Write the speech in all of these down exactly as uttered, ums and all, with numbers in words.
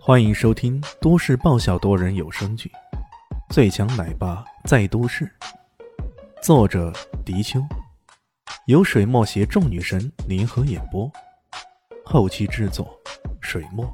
欢迎收听都市爆笑多人有声剧《最强奶爸在都市》，作者：迪秋，由水墨携众女神联合演播，后期制作：水墨。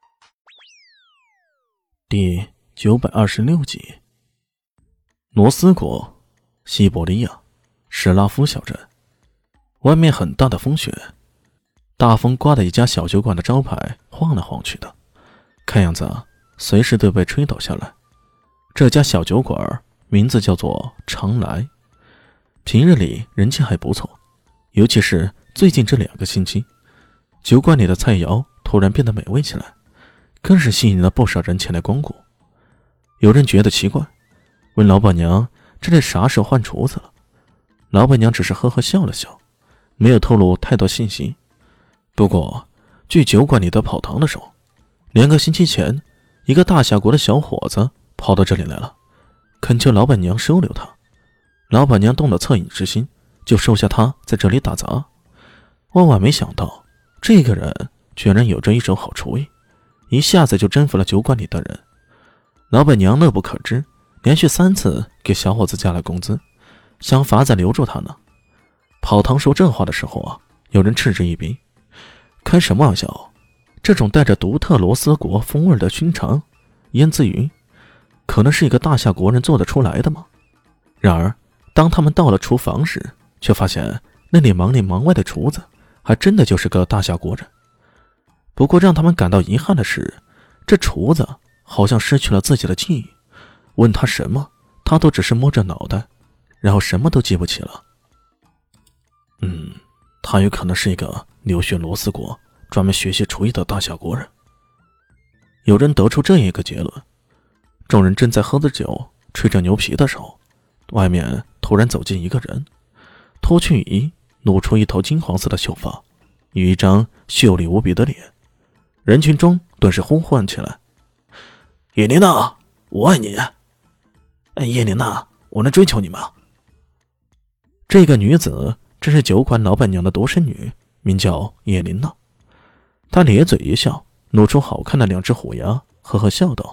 第九百二十六集。罗斯国西伯利亚史拉夫小镇，外面很大的风雪，大风刮得一家小酒馆的招牌晃来晃去的，看样子啊，随时都被吹倒下来。这家小酒馆名字叫做常来，平日里人气还不错，尤其是最近这两个星期，酒馆里的菜肴突然变得美味起来，更是吸引了不少人前来光顾。有人觉得奇怪，问老板娘这里啥时候换厨子了。老板娘只是呵呵笑了笑，没有透露太多信息。不过据酒馆里的跑堂的说，两个星期前一个大夏国的小伙子跑到这里来了，恳求老板娘收留他。老板娘动了恻隐之心，就收下他在这里打杂。万万没想到，这个人居然有着一手好厨艺，一下子就征服了酒馆里的人。老板娘乐不可支，连续三次给小伙子加了工资，想法子留住他呢。跑堂说这话的时候啊，有人嗤之以鼻，开什么玩笑，这种带着独特罗斯国风味的熏肠腌渍鱼，可能是一个大夏国人做得出来的吗？然而当他们到了厨房时，却发现那里忙里忙外的厨子还真的就是个大夏国人。不过让他们感到遗憾的是，这厨子好像失去了自己的记忆，问他什么他都只是摸着脑袋，然后什么都记不起了。嗯，他有可能是一个留学罗斯国专门学习厨艺的大夏国人。有人得出这样一个结论。众人正在喝着酒吹着牛皮的时候，外面突然走进一个人，脱去雨衣，露出一头金黄色的秀发与一张秀丽无比的脸。人群中顿时呼唤起来，叶琳娜，我爱你。哎，叶琳娜，我能追求你吗？这个女子这是酒馆老板娘的独生女，名叫叶琳娜。她咧嘴一笑，露出好看的两只虎牙，呵呵笑道，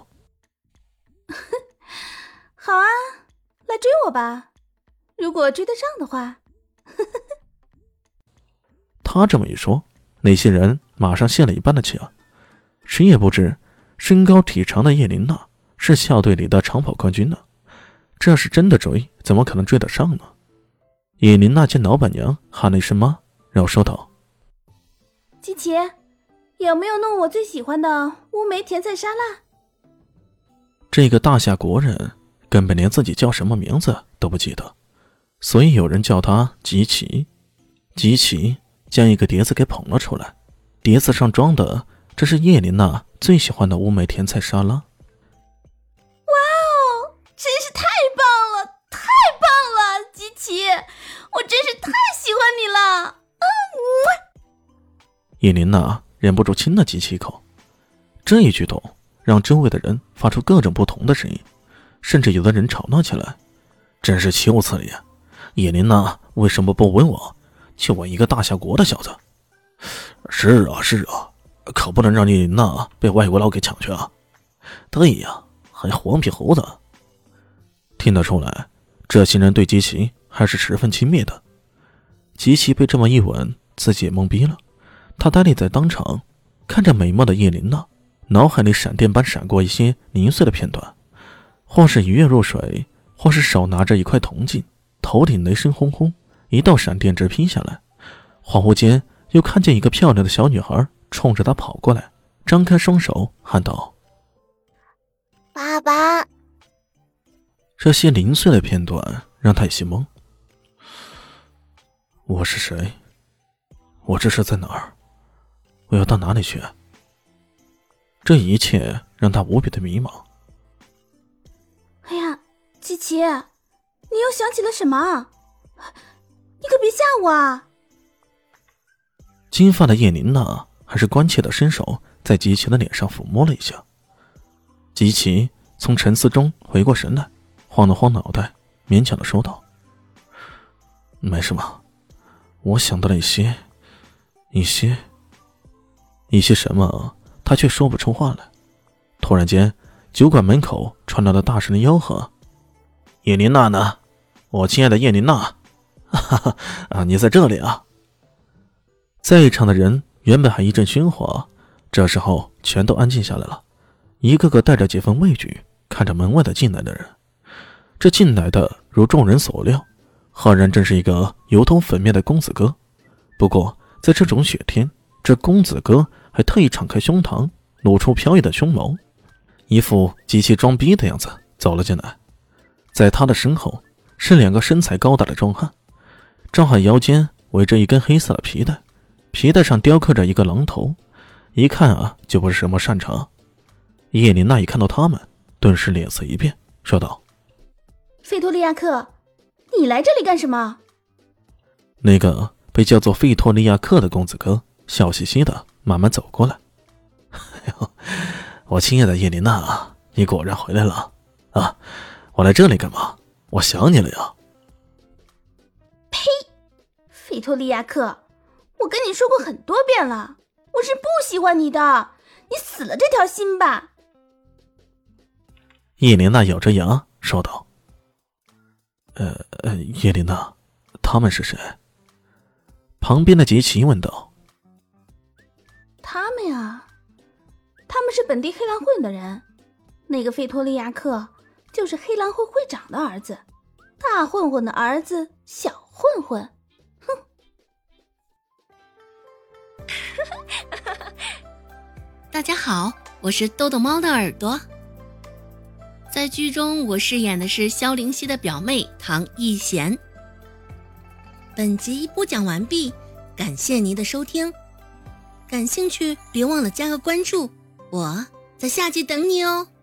好啊，来追我吧，如果追得上的话。 她这么一说，那些人马上泄了一半的气啊。谁也不知身高体长的叶琳娜是校队里的长跑冠军呢，这要是真的追，怎么可能追得上呢？叶琳娜见老板娘喊了一声妈，然后说道， 琪琪，有没有弄我最喜欢的乌梅甜菜沙拉？ 这个大夏国人根本连自己叫什么名字都不记得，所以有人叫他吉奇。吉奇将一个碟子给捧了出来，碟子上装的这是叶琳娜最喜欢的乌梅甜菜沙拉。 哇哦，真是太棒了，太棒了，吉奇，我真是太喜欢你了。嗯， 叶琳娜忍不住亲了吉奇一口。这一举动让周围的人发出各种不同的声音，甚至有的人吵闹起来，真是岂有此理！叶琳娜为什么不吻我，就吻一个大夏国的小子？是啊是啊，可不能让叶琳娜被外国佬给抢去啊！对呀，还黄皮猴子。听得出来，这些人对吉奇还是十分轻蔑的。吉奇被这么一吻，自己也懵逼了。他呆立在当场，看着美貌的叶琳娜，脑海里闪电般闪过一些零碎的片段，或是一跃入水，或是手拿着一块铜镜，头顶雷声轰轰，一道闪电直劈下来。恍惚间又看见一个漂亮的小女孩冲着他跑过来，张开双手喊道， 爸爸。 这些零碎的片段让他有些懵。我是谁？我这是在哪儿？我要到哪里去？这一切让他无比的迷茫。 哎呀，琪琪，你又想起了什么？你可别吓我啊！ 金发的叶琳娜还是关切的伸手在吉奇的脸上抚摸了一下。吉奇从沉思中回过神来，晃了晃脑袋，勉强的说道，没什么，我想到了一些一些一些什么，他却说不出话来。 突然间，酒馆门口传来了大声的吆喝：“叶琳娜呢？我亲爱的叶琳娜！哈哈啊，你在这里啊！”在场的人原本还一阵喧哗，这时候全都安静下来了，一个个带着几分畏惧看着门外的进来的人。这进来的如众人所料，赫然正是一个油头粉面的公子哥。不过在这种雪天，这公子哥还特意敞开胸膛，露出飘逸的胸毛，一副极其装逼的样子走了进来。在他的身后是两个身材高大的壮汉，壮汉腰间围着一根黑色的皮带，皮带上雕刻着一个狼头，一看啊就不是什么善茬。叶琳娜一看到他们，顿时脸色一变，说道：“ 费托利亚克，你来这里干什么？” 那个被叫做费托利亚克的公子哥笑嘻嘻的慢慢走过来：“哎呦，我亲爱的叶琳娜啊，你果然回来了啊！我来这里干嘛？我想你了呀。”“ 呸！费托利亚克，我跟你说过很多遍了，我是不喜欢你的，你死了这条心吧。” 叶琳娜咬着牙说道：“呃呃，叶琳娜，他们是谁？”旁边的吉奇问道：“ 他们呀，他们是本地黑狼会的人。那个费托利亚克就是黑狼会会长的儿子，大混混的儿子，小混混。哼！” 大家好，我是豆豆猫的耳朵。在剧中，我饰演的是萧灵溪的表妹唐艺贤。本集播讲完毕，感谢您的收听。感兴趣别忘了加个关注，我在下集等你哦。